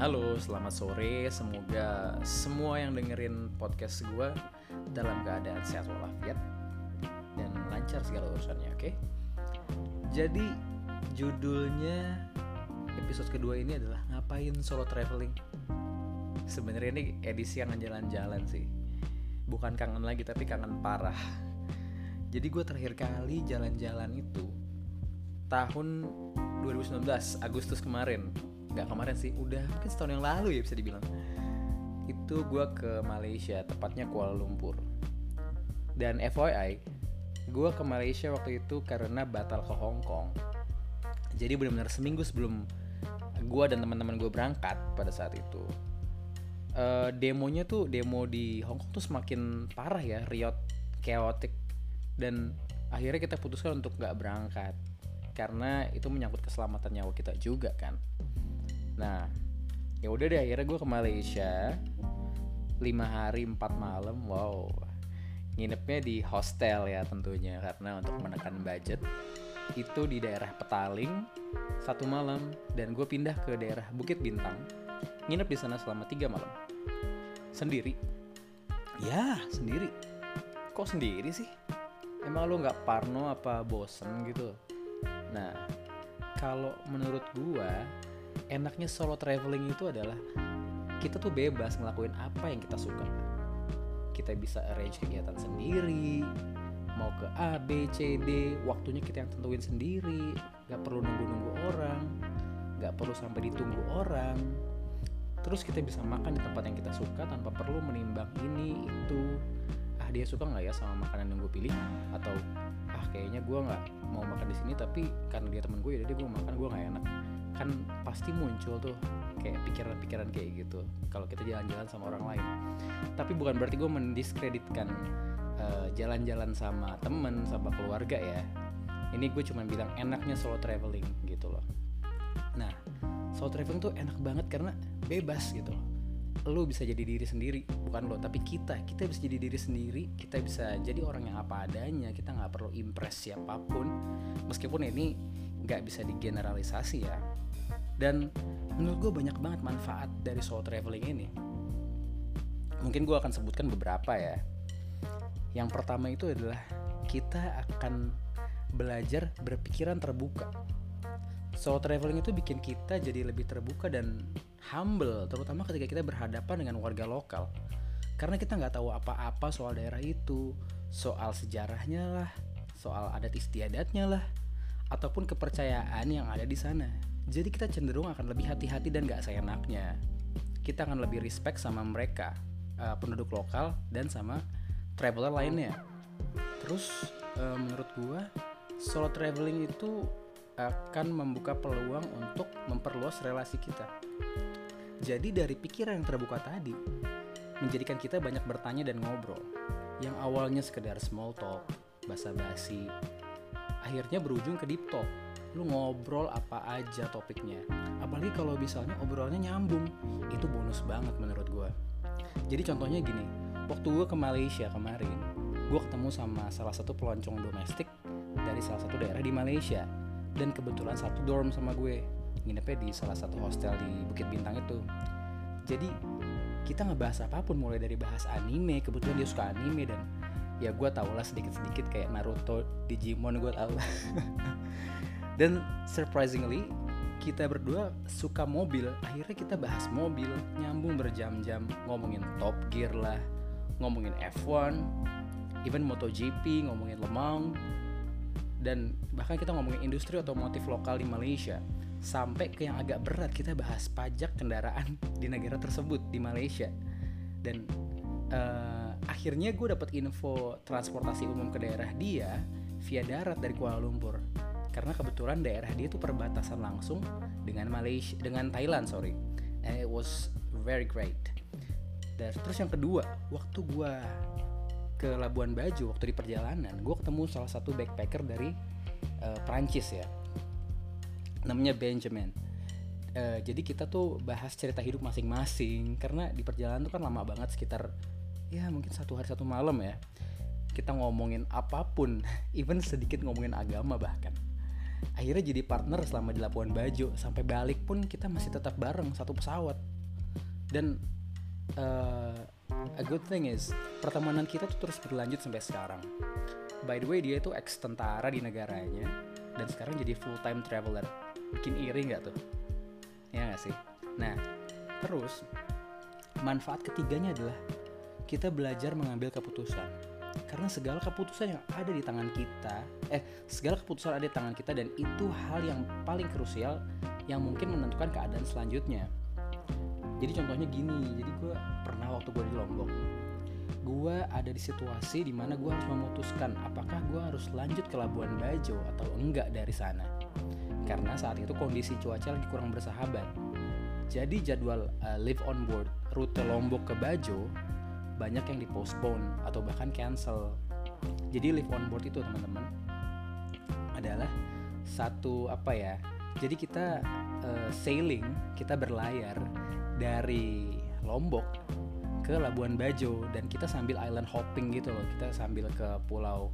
Halo, selamat sore. Semoga semua yang dengerin podcast gue dalam keadaan sehat walafiat dan lancar segala urusannya, oke? Jadi judulnya episode kedua ini adalah ngapain solo traveling. Sebenarnya ini edisi yang jalan-jalan sih. Bukan kangen lagi tapi kangen parah. Jadi gue terakhir kali jalan-jalan itu tahun 2019 Agustus kemarin. Gak kemarin sih, udah mungkin setahun yang lalu ya bisa dibilang. Itu gue ke Malaysia, tepatnya Kuala Lumpur. Dan FYI, gue ke Malaysia waktu itu karena batal ke Hong Kong. Jadi benar-benar seminggu sebelum gue dan teman-teman gue berangkat pada saat itu. Demonya tuh, demo di Hong Kong tuh semakin parah ya, riot, chaotic. Dan akhirnya kita putuskan untuk gak berangkat karena itu menyangkut keselamatan nyawa kita juga kan. Nah, ya udah deh, akhirnya gue ke Malaysia 5 hari 4 malam. Wow, nginepnya di hostel ya tentunya, karena untuk menekan budget. Itu di daerah Petaling 1 malam, dan gue pindah ke daerah Bukit Bintang, nginep di sana selama 3 malam. Sendiri. Ya, sendiri. Kok sendiri sih? Emang lo gak parno apa bosen gitu? Nah, kalau menurut gue, enaknya solo traveling itu adalah kita tuh bebas ngelakuin apa yang kita suka. Kita bisa arrange kegiatan sendiri, mau ke A, B, C, D, waktunya kita yang tentuin sendiri. Gak perlu nunggu-nunggu orang, gak perlu sampai ditunggu orang. Terus kita bisa makan di tempat yang kita suka tanpa perlu menimbang ini, itu. Dia suka gak ya sama makanan yang gue pilih? Atau kayaknya gue gak mau makan di sini, tapi karena dia teman gue, yaudah gue makan, gue gak enak. Kan pasti muncul tuh kayak pikiran-pikiran kayak gitu kalau kita jalan-jalan sama orang lain. Tapi bukan berarti gue mendiskreditkan jalan-jalan sama temen, sama keluarga ya. Ini gue cuma bilang enaknya solo traveling gitu loh. Nah, solo traveling tuh enak banget karena bebas gitu loh. Lo bisa jadi diri sendiri, bukan lo tapi kita bisa jadi diri sendiri. Kita bisa jadi orang yang apa adanya. Kita gak perlu impress siapapun, meskipun ini gak bisa digeneralisasi ya. Dan menurut gue banyak banget manfaat dari solo traveling ini. Mungkin gue akan sebutkan beberapa ya. Yang pertama itu adalah kita akan belajar berpikiran terbuka. Solo traveling itu bikin kita jadi lebih terbuka dan humble, terutama ketika kita berhadapan dengan warga lokal. Karena kita gak tahu apa-apa soal daerah itu, soal sejarahnya lah, soal adat istiadatnya lah, ataupun kepercayaan yang ada di sana. Jadi kita cenderung akan lebih hati-hati dan gak seenaknya. Kita akan lebih respect sama mereka, penduduk lokal, dan sama traveler lainnya. Terus menurut gua, solo traveling itu akan membuka peluang untuk memperluas relasi kita. Jadi dari pikiran yang terbuka tadi, menjadikan kita banyak bertanya dan ngobrol. Yang awalnya sekedar small talk, basa-basi, akhirnya berujung ke deep talk. Lu ngobrol apa aja topiknya. Apalagi kalau misalnya obrolannya nyambung, itu bonus banget menurut gue. Jadi contohnya gini, waktu gue ke Malaysia kemarin, gue ketemu sama salah satu pelancong domestik dari salah satu daerah di Malaysia. Dan kebetulan satu dorm sama gue, nginepnya di salah satu hostel di Bukit Bintang itu. Jadi kita ngebahas apapun, mulai dari bahas anime, kebetulan dia suka anime, dan ya gue tau lah sedikit-sedikit kayak Naruto, Digimon gue tau lah. Dan surprisingly kita berdua suka mobil. Akhirnya kita bahas mobil, nyambung berjam-jam, ngomongin Top Gear lah, ngomongin F1, even MotoGP, ngomongin Le Mans, dan bahkan kita ngomongin industri otomotif lokal di Malaysia. Sampai ke yang agak berat, kita bahas pajak kendaraan di negara tersebut, di Malaysia. Dan akhirnya gue dapet info transportasi umum ke daerah dia via darat dari Kuala Lumpur. Karena kebetulan daerah dia tuh perbatasan langsung dengan Malaysia, dengan Thailand, and it was very great. Dan terus yang kedua, waktu gue ke Labuan Bajo, waktu di perjalanan, gue ketemu salah satu backpacker dari Prancis ya, namanya Benjamin. Jadi kita tuh bahas cerita hidup masing-masing, karena di perjalanan tuh kan lama banget, sekitar ya mungkin 1 hari 1 malam ya. Kita ngomongin apapun, even sedikit ngomongin agama bahkan. Akhirnya jadi partner selama di Labuan Bajo, sampai balik pun kita masih tetap bareng satu pesawat. Dan a good thing is pertemanan kita tuh terus berlanjut sampai sekarang. By the way, dia itu ex tentara di negaranya dan sekarang jadi full time traveler. Bikin iri nggak tuh? Ya nggak sih? Nah, terus manfaat ketiganya adalah kita belajar mengambil keputusan. Karena segala keputusan yang ada di tangan kita, segala keputusan ada di tangan kita, dan itu hal yang paling krusial yang mungkin menentukan keadaan selanjutnya. Jadi contohnya gini, jadi gue pernah waktu gue di Lombok, gue ada di situasi dimana gue harus memutuskan apakah gue harus lanjut ke Labuan Bajo atau enggak dari sana. Karena saat itu kondisi cuaca lagi kurang bersahabat. Jadi jadwal live on board rute Lombok ke Bajo banyak yang dipostpone atau bahkan cancel. Jadi live on board itu teman-teman adalah satu jadi kita sailing, kita berlayar dari Lombok ke Labuan Bajo dan kita sambil island hopping gitu loh. Kita sambil ke pulau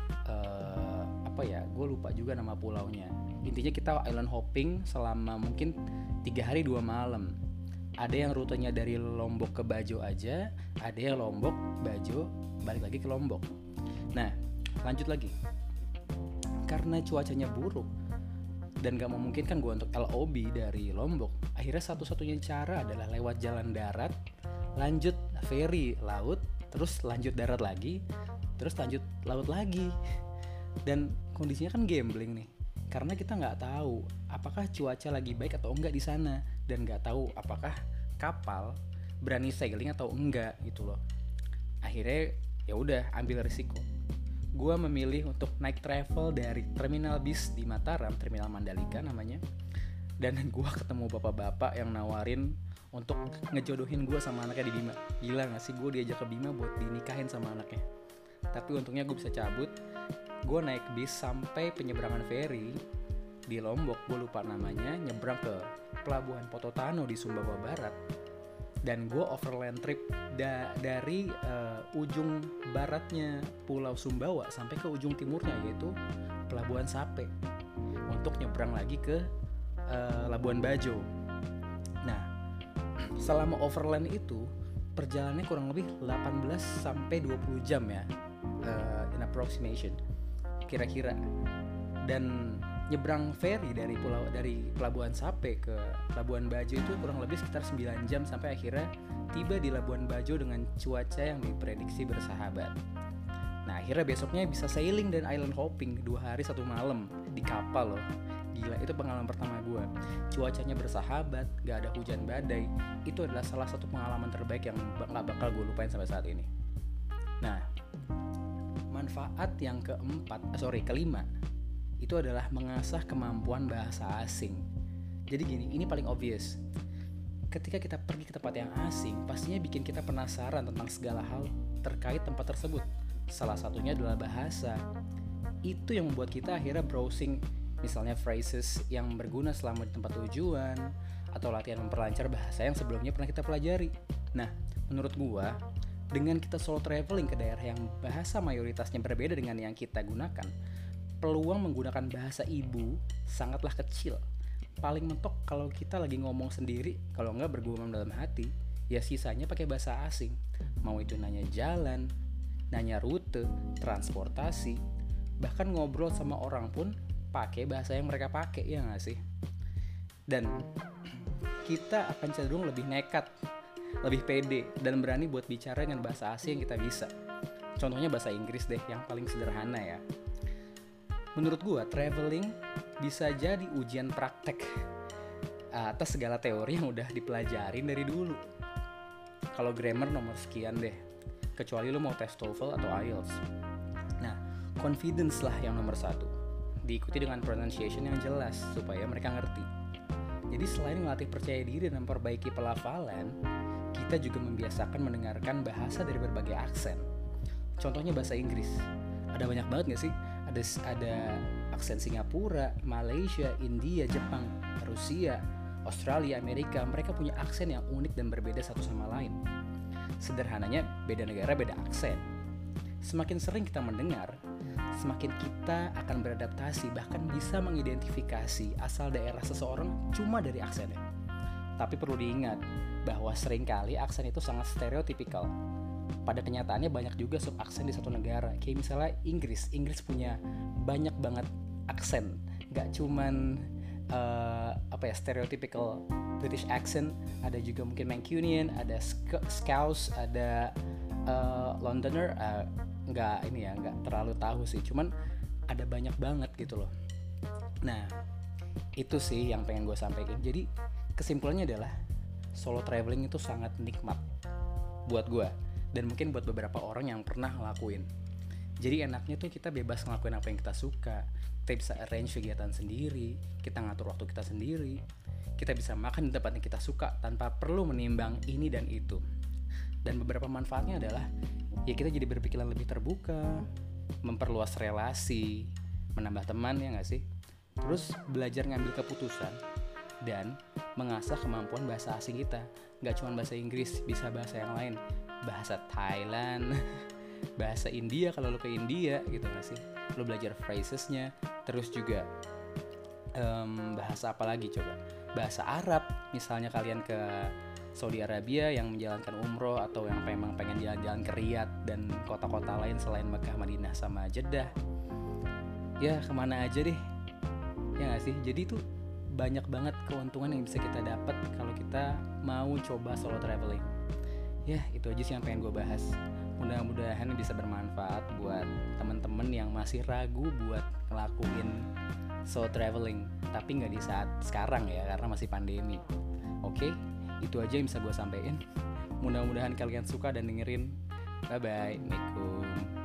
gue lupa juga nama pulaunya. Intinya kita island hopping selama mungkin 3 hari 2 malam. Ada yang rutenya dari Lombok ke Bajo aja, ada yang Lombok, Bajo, balik lagi ke Lombok. Nah, lanjut lagi. Karena cuacanya buruk dan gak memungkinkan gue untuk LOB dari Lombok, akhirnya satu-satunya cara adalah lewat jalan darat, lanjut ferry laut, terus lanjut darat lagi, terus lanjut laut lagi. Dan kondisinya kan gambling nih, karena kita nggak tahu apakah cuaca lagi baik atau enggak di sana, dan nggak tahu apakah kapal berani sailing atau enggak gitu loh. Akhirnya ya udah ambil risiko. Gue memilih untuk naik travel dari terminal bis di Mataram, terminal Mandalika namanya, dan gue ketemu bapak-bapak yang nawarin untuk ngejodohin gue sama anaknya di Bima. Gila gak sih, gue diajak ke Bima buat dinikahin sama anaknya. Tapi untungnya gue bisa cabut. Gue naik bis sampai penyeberangan ferry di Lombok, gue lupa namanya, nyebrang ke Pelabuhan Pototano di Sumbawa Barat. Dan gue overland trip dari ujung baratnya Pulau Sumbawa sampai ke ujung timurnya, yaitu Pelabuhan Sape, untuk nyebrang lagi ke Labuan Bajo. Nah, selama overland itu perjalanannya kurang lebih 18 sampai 20 jam ya, in approximation kira-kira. Dan nyebrang ferry dari Pelabuhan Sape ke Labuan Bajo itu kurang lebih sekitar 9 jam sampai akhirnya tiba di Labuan Bajo dengan cuaca yang diprediksi bersahabat. Nah, akhirnya besoknya bisa sailing dan island hopping 2 hari 1 malam di kapal loh. Gila, itu pengalaman pertama gue. Cuacanya bersahabat, gak ada hujan badai. Itu adalah salah satu pengalaman terbaik yang gak bakal gue lupain sampai saat ini. Nah, manfaat yang kelima itu adalah mengasah kemampuan bahasa asing. Jadi gini, ini paling obvious. Ketika kita pergi ke tempat yang asing, pastinya bikin kita penasaran tentang segala hal terkait tempat tersebut. Salah satunya adalah bahasa. Itu yang membuat kita akhirnya browsing misalnya phrases yang berguna selama di tempat tujuan, atau latihan memperlancar bahasa yang sebelumnya pernah kita pelajari. Nah, menurut gua, dengan kita solo traveling ke daerah yang bahasa mayoritasnya berbeda dengan yang kita gunakan, peluang menggunakan bahasa ibu sangatlah kecil. Paling mentok kalau kita lagi ngomong sendiri, kalau enggak bergumam dalam hati, ya sisanya pakai bahasa asing. Mau itu nanya jalan, nanya rute, transportasi, bahkan ngobrol sama orang pun pakai bahasa yang mereka pakai, ya nggak sih? Dan kita akan cenderung lebih nekat, lebih pede, dan berani buat bicara dengan bahasa asing yang kita bisa. Contohnya bahasa Inggris deh, yang paling sederhana ya. Menurut gue, traveling bisa jadi ujian praktek atas segala teori yang udah dipelajarin dari dulu. Kalau grammar nomor sekian deh, kecuali lo mau tes TOEFL atau IELTS. Nah, confidence lah yang nomor 1. Diikuti dengan pronunciation yang jelas supaya mereka ngerti. Jadi selain melatih percaya diri dan memperbaiki pelafalan, kita juga membiasakan mendengarkan bahasa dari berbagai aksen. Contohnya bahasa Inggris. Ada banyak banget gak sih? Ada aksen Singapura, Malaysia, India, Jepang, Rusia, Australia, Amerika. Mereka punya aksen yang unik dan berbeda satu sama lain. Sederhananya, beda negara beda aksen. Semakin sering kita mendengar, semakin kita akan beradaptasi, bahkan bisa mengidentifikasi asal daerah seseorang cuma dari aksennya. Tapi perlu diingat bahwa seringkali aksen itu sangat stereotypical. Pada kenyataannya banyak juga sub aksen di satu negara. Kayak misalnya Inggris punya banyak banget aksen. Gak cuman stereotypical British accent, ada juga mungkin Mancunian, ada Scouse, ada Londoner. Nggak terlalu tahu sih. Cuman ada banyak banget gitu loh. Nah, itu sih yang pengen gue sampaikan. Jadi kesimpulannya adalah solo traveling itu sangat nikmat buat gue, dan mungkin buat beberapa orang yang pernah ngelakuin. Jadi enaknya tuh kita bebas ngelakuin apa yang kita suka. Kita bisa arrange kegiatan sendiri, kita ngatur waktu kita sendiri, kita bisa makan di tempat yang kita suka tanpa perlu menimbang ini dan itu. Dan beberapa manfaatnya adalah ya kita jadi berpikiran lebih terbuka, memperluas relasi, menambah teman, ya gak sih? Terus belajar ngambil keputusan dan mengasah kemampuan bahasa asing kita. Gak cuma bahasa Inggris, bisa bahasa yang lain, bahasa Thailand, bahasa India kalau lo ke India gitu gak sih? Lo belajar phrasesnya. Terus juga bahasa apa lagi coba? Bahasa Arab, misalnya kalian ke Saudi Arabia yang menjalankan umroh, atau yang memang pengen jalan-jalan ke Riyadh dan kota-kota lain selain Mekah, Madinah, sama Jeddah. Ya kemana aja deh, ya gak sih? Jadi tuh banyak banget keuntungan yang bisa kita dapat kalau kita mau coba solo traveling. Ya itu aja sih yang pengen gue bahas. Mudah-mudahan bisa bermanfaat buat teman-teman yang masih ragu buat ngelakuin solo traveling, tapi nggak di saat sekarang ya, karena masih pandemi. Oke, itu aja yang bisa gue sampaikan. Mudah-mudahan kalian suka dan dengerin. Bye bye. Assalamualaikum.